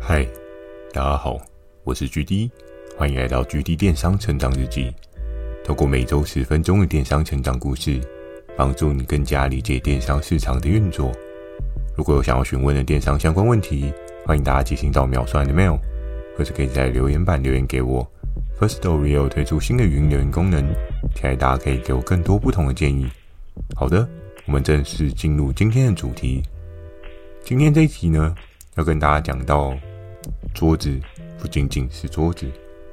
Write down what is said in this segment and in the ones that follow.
嗨，大家好，我是 GD， 欢迎来到 GD 电商成长日记。透过每周10分钟的电商成长故事，帮助你更加理解电商市场的运作。如果有想要询问的电商相关问题，欢迎大家寄信到秒算的 mail， 或是可以在留言板留言给我。Firstory 有推出新的语音留言功能，期待大家可以给我更多不同的建议。好的，我们正式进入今天的主题。今天这一集呢，要跟大家讲到桌子不仅仅是桌子。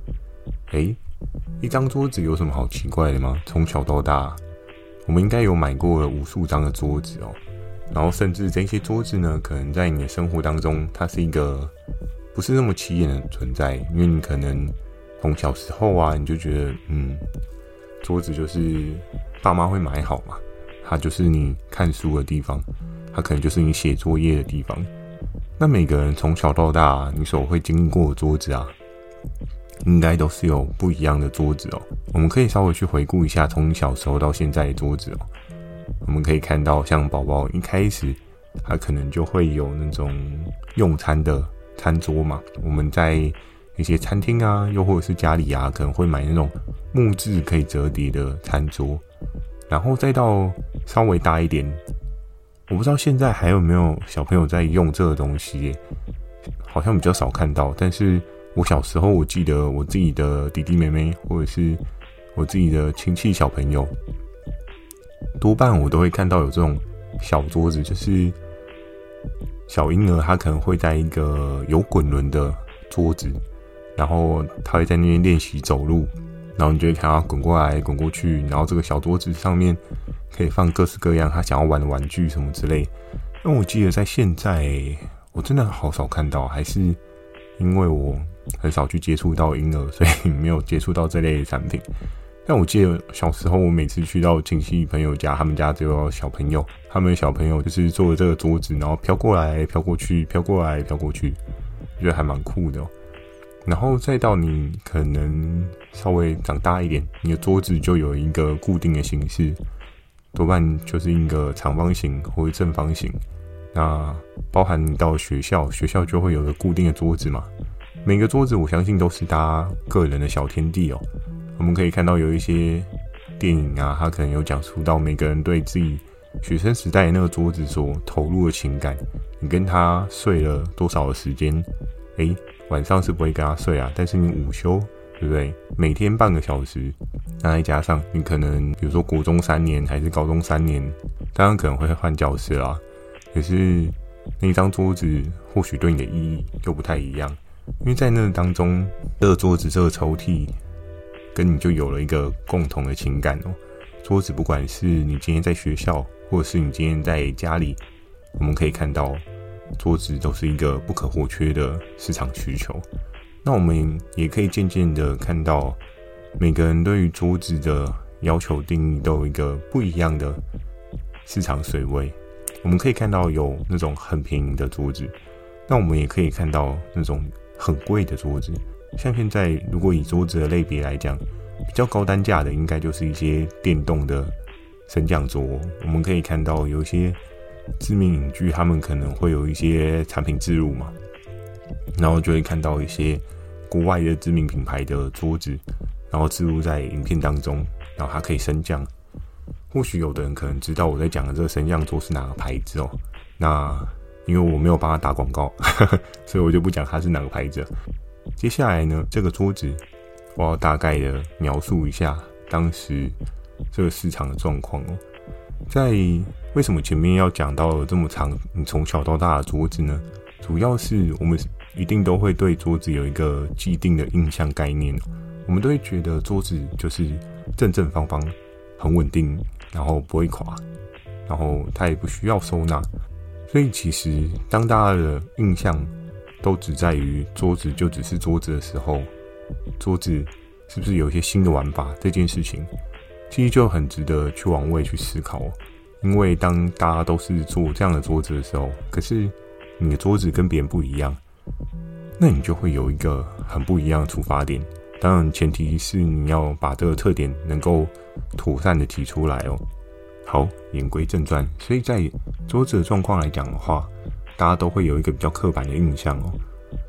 一张桌子有什么好奇怪的吗？从小到大，我们应该有买过了无数张的桌子哦。然后甚至这些桌子呢，可能在你的生活当中，它是一个不是那么起眼的存在，因为你可能从小时候啊，你就觉得桌子就是爸妈会买好嘛，它就是你看书的地方，它可能就是你写作业的地方。那每个人从小到大，你所会经历过的桌子啊，应该都是有不一样的桌子哦。我们可以稍微去回顾一下，从你小时候到现在的桌子哦。我们可以看到，像宝宝一开始，他可能就会有那种用餐的餐桌嘛。我们在一些餐厅啊，又或者是家里啊，可能会买那种木质可以折叠的餐桌。然后再到稍微大一点，我不知道现在还有没有小朋友在用这个东西耶，好像比较少看到。但是我小时候，我记得我自己的弟弟妹妹，或者是我自己的亲戚小朋友，多半我都会看到有这种小桌子，就是小婴儿他可能会在一个有滚轮的桌子，然后他会在那边练习走路，然后你就会看他滚过来滚过去，然后这个小桌子上面可以放各式各样他想要玩的玩具什么之类。因为我记得在现在我真的好少看到，还是因为我很少去接触到婴儿，所以没有接触到这类的产品。但我记得小时候，我每次去到亲戚朋友家，他们家只有小朋友，他们的小朋友就是坐着这个桌子，然后飘过来飘过去，飘过来飘过去，我觉得还蛮酷的哦。然后再到你可能稍微长大一点，你的桌子就有一个固定的形式，多半就是一个长方形或者正方形。那包含你到学校就会有个固定的桌子嘛。每个桌子我相信都是大家个人的小天地哦。我们可以看到有一些电影啊，它可能有讲述到每个人对自己学生时代的那个桌子所投入的情感。你跟他睡了多少的时间？晚上是不会跟他睡啊，但是你午休，对不对？每天半个小时，那再加上你可能比如说国中3年还是高中3年，当然可能会换教室啦。可是那一张桌子或许对你的意义又不太一样，因为在那当中，这个桌子这个抽屉跟你就有了一个共同的情感哦。桌子不管是你今天在学校，或者是你今天在家里，我们可以看到桌子都是一个不可或缺的市场需求。那我们也可以渐渐的看到，每个人对于桌子的要求定义都有一个不一样的市场水位。我们可以看到有那种很便宜的桌子，那我们也可以看到那种很贵的桌子。像现在如果以桌子的类别来讲，比较高单价的应该就是一些电动的升降桌。我们可以看到有一些知名影剧，他们可能会有一些产品置入嘛，然后就会看到一些国外的知名品牌的桌子，然后置入在影片当中，然后它可以升降。或许有的人可能知道我在讲的这个升降桌是哪个牌子哦。那因为我没有帮他打广告所以我就不讲它是哪个牌子了。接下来呢，这个桌子我要大概的描述一下当时这个市场的状况哦。在为什么前面要讲到这么长你从小到大的桌子呢？主要是我们一定都会对桌子有一个既定的印象概念哦。我们都会觉得桌子就是正正方方，很稳定，然后不会垮，然后它也不需要收纳。所以其实当大家的印象都只在于桌子就只是桌子的时候，桌子是不是有一些新的玩法这件事情，其实就很值得去往位去思考哦。因为当大家都是做这样的桌子的时候，可是你的桌子跟别人不一样，那你就会有一个很不一样的出发点。当然前提是你要把这个特点能够妥善的提出来哦。好，言归正传，所以在桌子的状况来讲的话，大家都会有一个比较刻板的印象哦。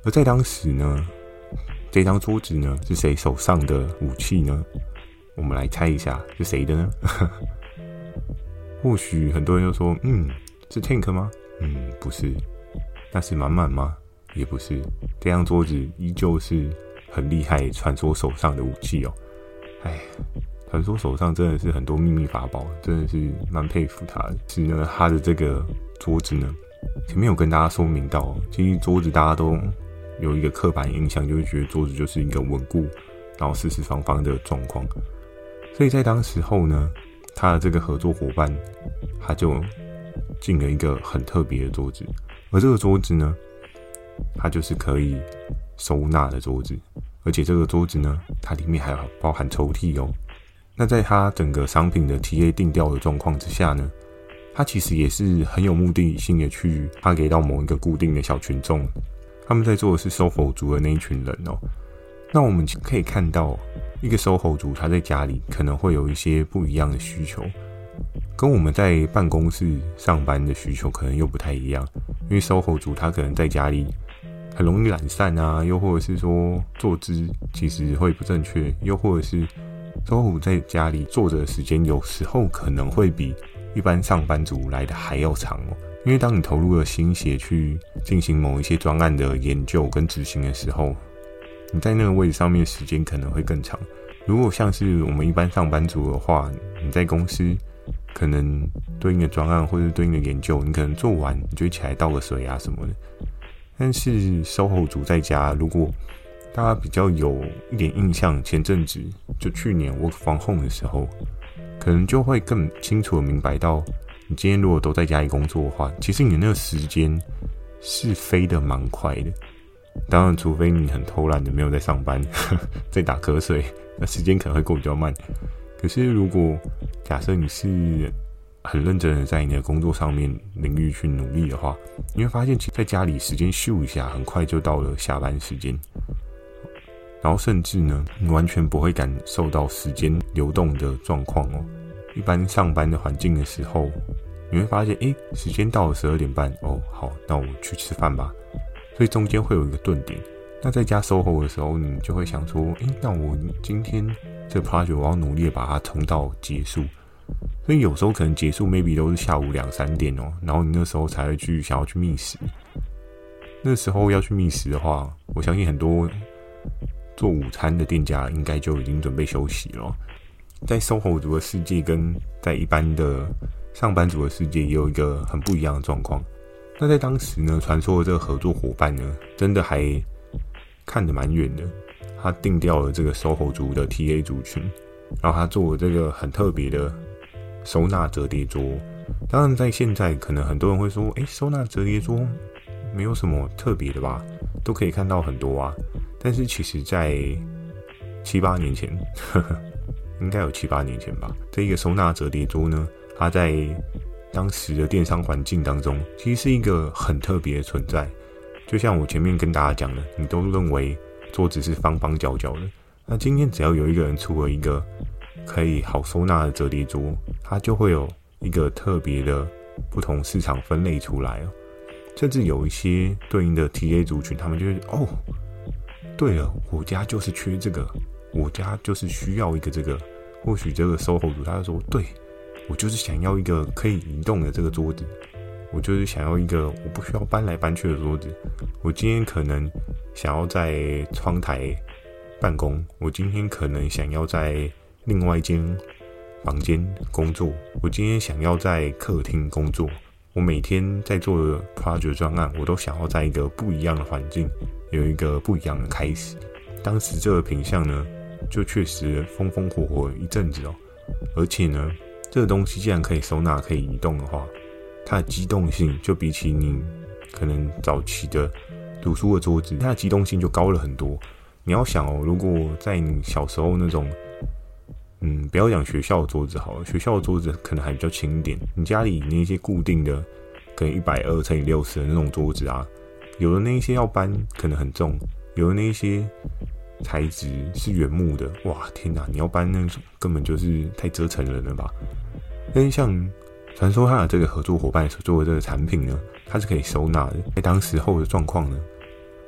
而在当时呢，这张桌子呢是谁手上的武器呢？我们来猜一下是谁的呢？或许很多人就说，是 Tank 吗？不是。那是满满吗？也不是。这张桌子依旧是很厉害传说手上的武器哦。传说手上真的是很多秘密法宝，真的是蛮佩服他的。是呢，他的这个桌子呢，前面有跟大家说明到，其实桌子大家都有一个刻板印象，就会觉得桌子就是一个稳固，然后四四方方的状况。所以在当时候呢，他的这个合作伙伴，他就进了一个很特别的桌子，而这个桌子呢，它就是可以收纳的桌子，而且这个桌子呢，它里面还包含抽屉哦。那在它整个商品的 TA 定调的状况之下呢，它其实也是很有目的性的去发给到某一个固定的小群众，他们在做的是 SOHO 族的那一群人哦。那我们可以看到，一个 SOHO 族他在家里可能会有一些不一样的需求，跟我们在办公室上班的需求可能又不太一样。因为 SOHO 族他可能在家里很容易懒散啊，又或者是说坐姿其实会不正确，又或者是SOHO在家里坐着的时间有时候可能会比一般上班族来的还要长哦。因为当你投入了心血去进行某一些专案的研究跟执行的时候，你在那个位置上面时间可能会更长。如果像是我们一般上班族的话，你在公司可能对应的专案或者对应的研究，你可能做完你就会起来倒个水啊什么的。但是 SOHO 族在家，如果大家比较有一点印象，前阵子就去年 Work from Home 的时候，可能就会更清楚的明白到，你今天如果都在家里工作的话，其实你那个时间是飞得蛮快的。当然除非你很偷懒的没有在上班在打瞌睡，那时间可能会过比较慢。可是如果假设你是很认真的在你的工作上面领域去努力的话，你会发现其实在家里时间咻一下很快就到了下班时间，然后甚至呢你完全不会感受到时间流动的状况哦。一般上班的环境的时候，你会发现时间到了12点半哦，好，那我去吃饭吧。所以中间会有一个顿点。那在家 SOHO 的时候，你就会想说，那我今天这个 project 我要努力的把它冲到结束。所以有时候可能结束 maybe 都是下午2、3点哦，然后你那时候才会想要去觅食。那时候要去觅食的话，我相信很多做午餐的店家应该就已经准备休息了。在 SOHO 族的世界跟在一般的上班族的世界也有一个很不一样的状况。那在当时呢，传说的这个合作伙伴呢，真的还看得蛮远的。他定调了这个 SOHO 族的 TA 族群，然后他做了这个很特别的收纳折叠桌。当然在现在可能很多人会说，收纳折叠桌没有什么特别的吧，都可以看到很多啊。但是其实在7、8年前应该有7、8年前吧，这一个收纳折叠桌呢，它在当时的电商环境当中，其实是一个很特别的存在。就像我前面跟大家讲的，你都认为桌子是方方角角的，那今天只要有一个人出了一个可以好收纳的折叠桌，它就会有一个特别的不同市场分类出来哦。甚至有一些对应的 TA 族群，他们就会对了，我家就是缺这个，我家就是需要一个这个。或许这个 SOHO 族他就说，对，我就是想要一个可以移动的这个桌子，我就是想要一个我不需要搬来搬去的桌子。我今天可能想要在窗台办公，我今天可能想要在另外一间房间工作，我今天想要在客厅工作。我每天在做的 project 专案，我都想要在一个不一样的环境，有一个不一样的开始。当时这个品项呢，就确实风风火火一阵子哦。而且呢，这个东西既然可以收纳、可以移动的话，它的机动性就比起你可能早期的读书的桌子，它的机动性就高了很多。你要想哦，如果在你小时候那种，不要讲学校的桌子好了，学校的桌子可能还比较轻一点。你家里那些固定的，可能120×60的那种桌子啊，有的那一些要搬可能很重，有的那一些材质是原木的，哇，天哪！你要搬那种根本就是太折腾人了吧？但是像传说他的这个合作伙伴所做的这个产品呢，它是可以收纳的。在当时候的状况呢，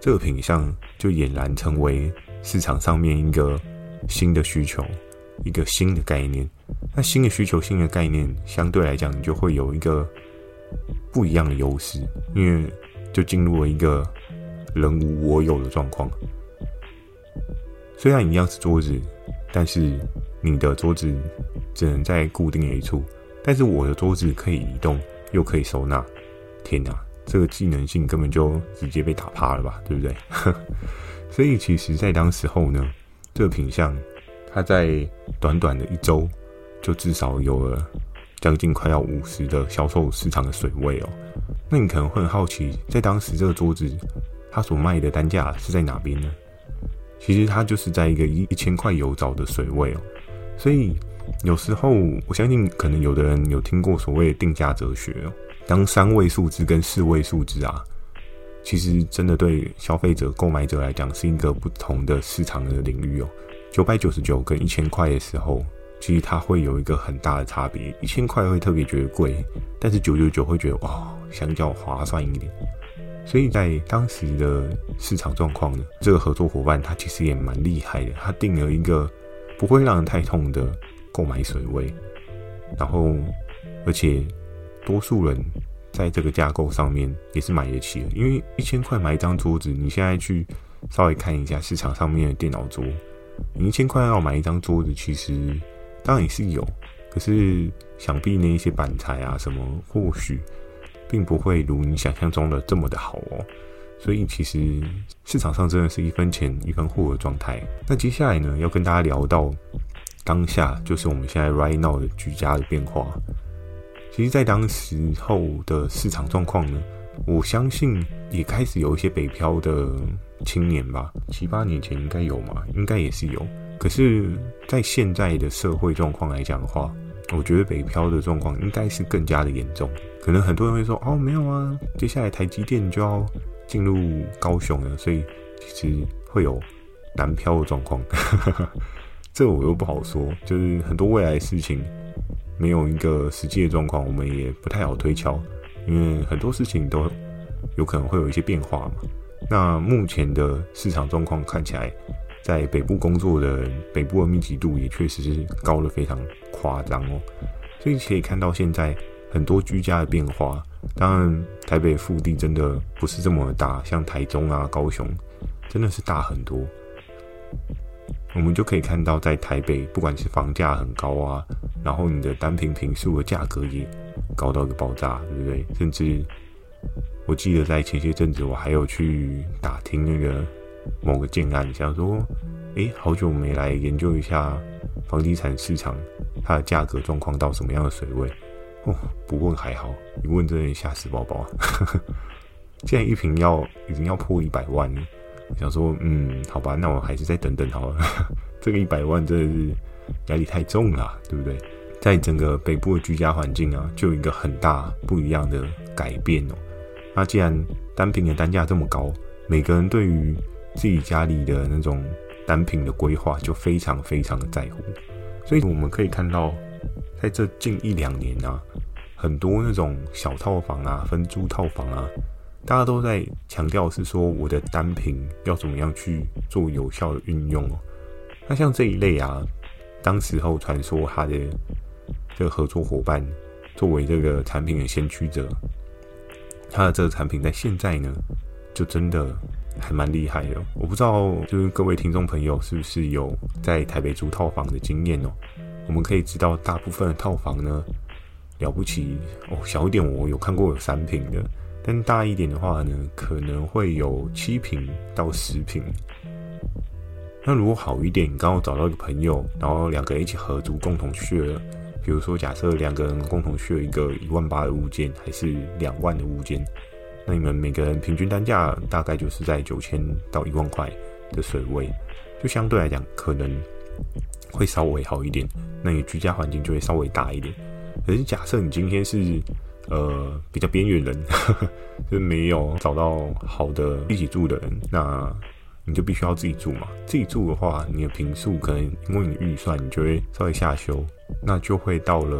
这个品项就俨然成为市场上面一个新的需求，一个新的概念。那新的需求、新的概念，相对来讲，你就会有一个不一样的优势，因为就进入了一个人无我有的状况。虽然一样是桌子，但是你的桌子只能在固定的一处，但是我的桌子可以移动，又可以收纳。天哪，这个技能性根本就直接被打趴了吧，对不对？所以其实在当时候呢，这个品项它在短短的1周就至少有了将近快要50的销售市场的水位哦。那你可能会很好奇，在当时这个桌子它所卖的单价是在哪边呢？其实它就是在一个1000块有找的水位哦。所以有时候我相信可能有的人有听过所谓的定价哲学哦。当3位数字跟4位数字啊，其实真的对消费者、购买者来讲是一个不同的市场的领域哦。999跟1000块的时候，其实它会有一个很大的差别。1000块会特别觉得贵，但是999会觉得哇，相较划算一点。所以在当时的市场状况呢，这个合作伙伴他其实也蛮厉害的，他定了一个不会让人太痛的购买水位，然后而且多数人在这个架构上面也是买得起的，因为1000块买一张桌子，你现在去稍微看一下市场上面的电脑桌，你1000块要买一张桌子，其实当然也是有，可是想必那一些板材啊什么，或许并不会如你想象中的这么的好哦。所以其实市场上真的是1分钱1分货的状态。那接下来呢，要跟大家聊到当下，就是我们现在 right now 的居家的变化。其实在当时候的市场状况呢，我相信也开始有一些北漂的青年吧，7、8年前应该有嘛，应该也是有。可是在现在的社会状况来讲的话，我觉得北漂的状况应该是更加的严重。可能很多人会说，哦，没有啊，接下来台积电就要进入高雄了，所以其实会有南漂的状况。这我又不好说，就是很多未来的事情没有一个实际的状况，我们也不太好推敲，因为很多事情都有可能会有一些变化嘛。那目前的市场状况看起来，在北部工作的人，北部的密集度也确实是高得非常夸张哦。所以可以看到现在很多居家的变化。当然，台北腹地真的不是这么大，像台中啊、高雄，真的是大很多。我们就可以看到，在台北，不管是房价很高啊，然后你的单坪坪数的价格也高到一个爆炸，对不对？甚至我记得在前些阵子，我还有去打听那个某个建案，想说，好久没来研究一下房地产市场它的价格状况到什么样的水位。不问还好，一问真的吓死宝宝。现在一坪已经要破100万了。我想说，好吧，那我还是再等等好了。这个100万真的是压力太重了，对不对？在整个北部的居家环境啊，就有一个很大不一样的改变哦。那既然单坪的单价这么高，每个人对于自己家里的那种单坪的规划就非常非常的在乎。所以我们可以看到，在这近1-2年啊，很多那种小套房啊、分租套房啊，大家都在强调是说我的单坪要怎么样去做有效的运用哦。那像这一类啊，当时候传说他的这个合作伙伴作为这个产品的先驱者，他的这个产品在现在呢，就真的还蛮厉害的。我不知道就是各位听众朋友是不是有在台北租套房的经验哦？我们可以知道大部分的套房呢，了不起小一点我有看过有3坪的，但大一点的话呢，可能会有7坪到10坪。那如果好一点，你刚好找到一个朋友，然后2个人一起合租，共同share，比如说假设2个人共同share一个18000的物件，还是2万的物件，那你们每个人平均单价大概就是在9000到1万块的水位，就相对来讲可能会稍微好一点，那你居家环境就会稍微大一点。可是假设你今天是比较边缘人，就是没有找到好的一起住的人，那你就必须要自己住嘛。自己住的话，你的坪数可能因为你的预算，你就会稍微下修，那就会到了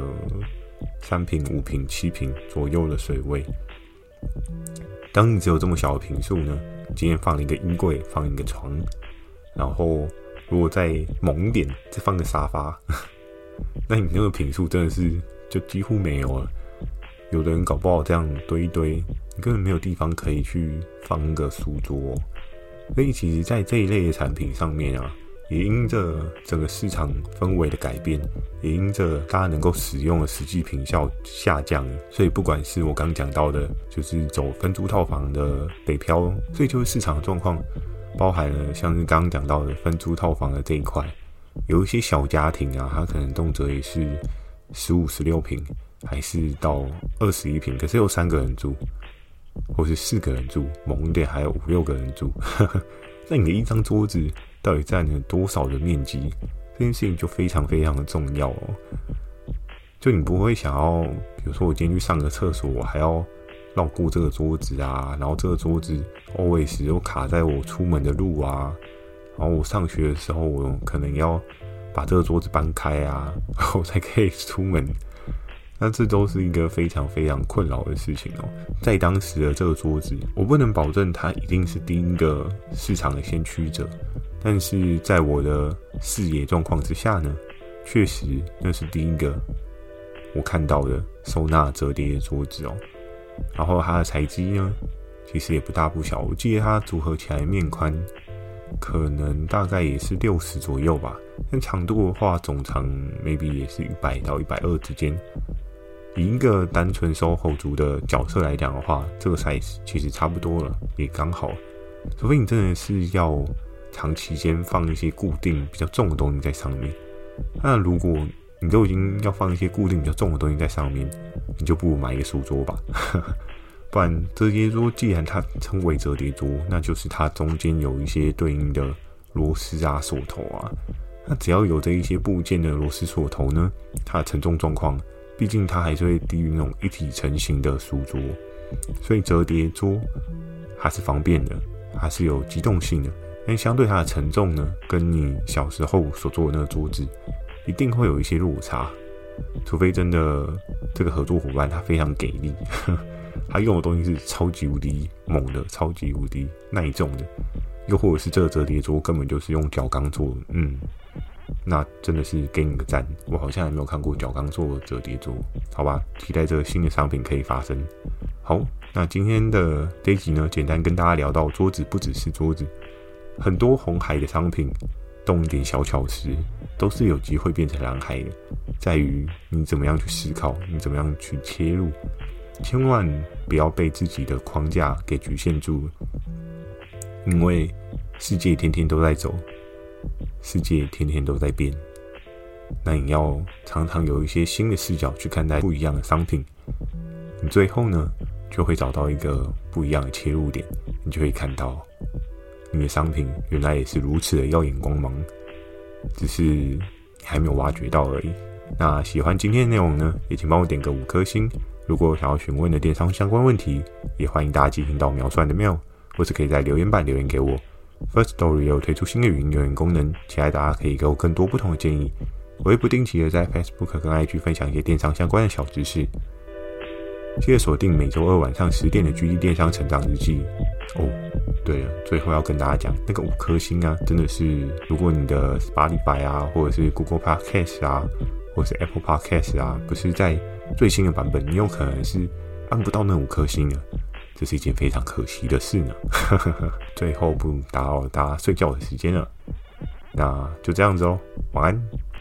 3坪、5坪、7坪左右的水位。当你只有这么小的坪数呢， 今天放了一个衣柜，放一个床，然后如果再猛一点，再放个沙发，那你那个坪数真的是就几乎没有了。有的人搞不好这样堆一堆，你根本没有地方可以去放一个书桌。所以其实在这一类的产品上面啊，也因着整个市场氛围的改变，也因着大家能够使用的实际坪效下降了，所以不管是我刚讲到的，就是走分租套房的北漂，所以就是市场的状况，包含了像是刚刚讲到的分租套房的这一块，有一些小家庭啊，他可能动辄也是15、16坪，还是到21坪，可是有3个人住，或是4个人住，猛一点还有5、6个人住。那你的一张桌子到底占了多少的面积？这件事情就非常非常的重要哦。就你不会想要，比如说我今天去上个厕所，我还要绕过这个桌子啊，然后这个桌子 always 又卡在我出门的路啊，然后我上学的时候，我可能要把这个桌子搬开啊，然后才可以出门。那这都是一个非常非常困扰的事情哦。在当时的这个桌子，我不能保证它一定是第一个市场的先驱者，但是在我的视野状况之下呢，确实那是第一个我看到的收纳折叠的桌子哦。然后它的材积呢，其实也不大不小，我记得它组合起来面宽可能大概也是60左右吧，但长度的话，总长 maybe 也是100到120之间。以一个单纯收后族的角色来讲的话，这个 size 其实差不多了，也刚好。除非你真的是要长期间放一些固定比较重的东西在上面，那如果你都已经要放一些固定比较重的东西在上面，你就不如买一个书桌吧。不然折叠桌既然它称为折叠桌，那就是它中间有一些对应的螺丝啊、锁头啊。那只要有这一些部件的螺丝锁头呢，它的承重状况，毕竟它还是会低于那种一体成型的书桌，所以折叠桌还是方便的，还是有机动性的。但相对它的承重呢，跟你小时候所做的那个桌子，一定会有一些落差。除非真的这个合作伙伴他非常给力。他用的东西是超级无敌猛的，超级无敌耐重的，又或者是这个折叠桌根本就是用角钢做的，那真的是给你个赞。我好像还没有看过角钢做的折叠桌，好吧，期待这个新的商品可以发生。好，那今天的这一集呢，简单跟大家聊到桌子不只是桌子，很多红海的商品动一点小巧思都是有机会变成蓝海的，在于你怎么样去思考，你怎么样去切入，千万不要被自己的框架给局限住了，因为世界天天都在走，世界天天都在变，那你要常常有一些新的视角去看待不一样的商品，你最后呢就会找到一个不一样的切入点，你就会看到你的商品原来也是如此的耀眼光芒，只是你还没有挖掘到而已。那喜欢今天的内容呢，也请帮我点个5颗星。如果想要询问的电商相关问题，也欢迎大家寄信到描述栏的 mail， 或是可以在留言板留言给我。Firstory 也有推出新的语音留言功能，期待大家可以给我更多不同的建议。我会不定期的在 Facebook 跟 IG 分享一些电商相关的小知识。记得锁定每周2晚上10点的 GD 电商成长日记哦。对了，最后要跟大家讲，那个5颗星啊，真的是如果你的 Spotify 啊，或者是 Google Podcast 啊，或者是 Apple Podcast 啊，不是在最新的版本，你有可能是按不到那5颗星了，这是一件非常可惜的事呢。最后不打扰大家睡觉的时间了，那就这样子哦，晚安。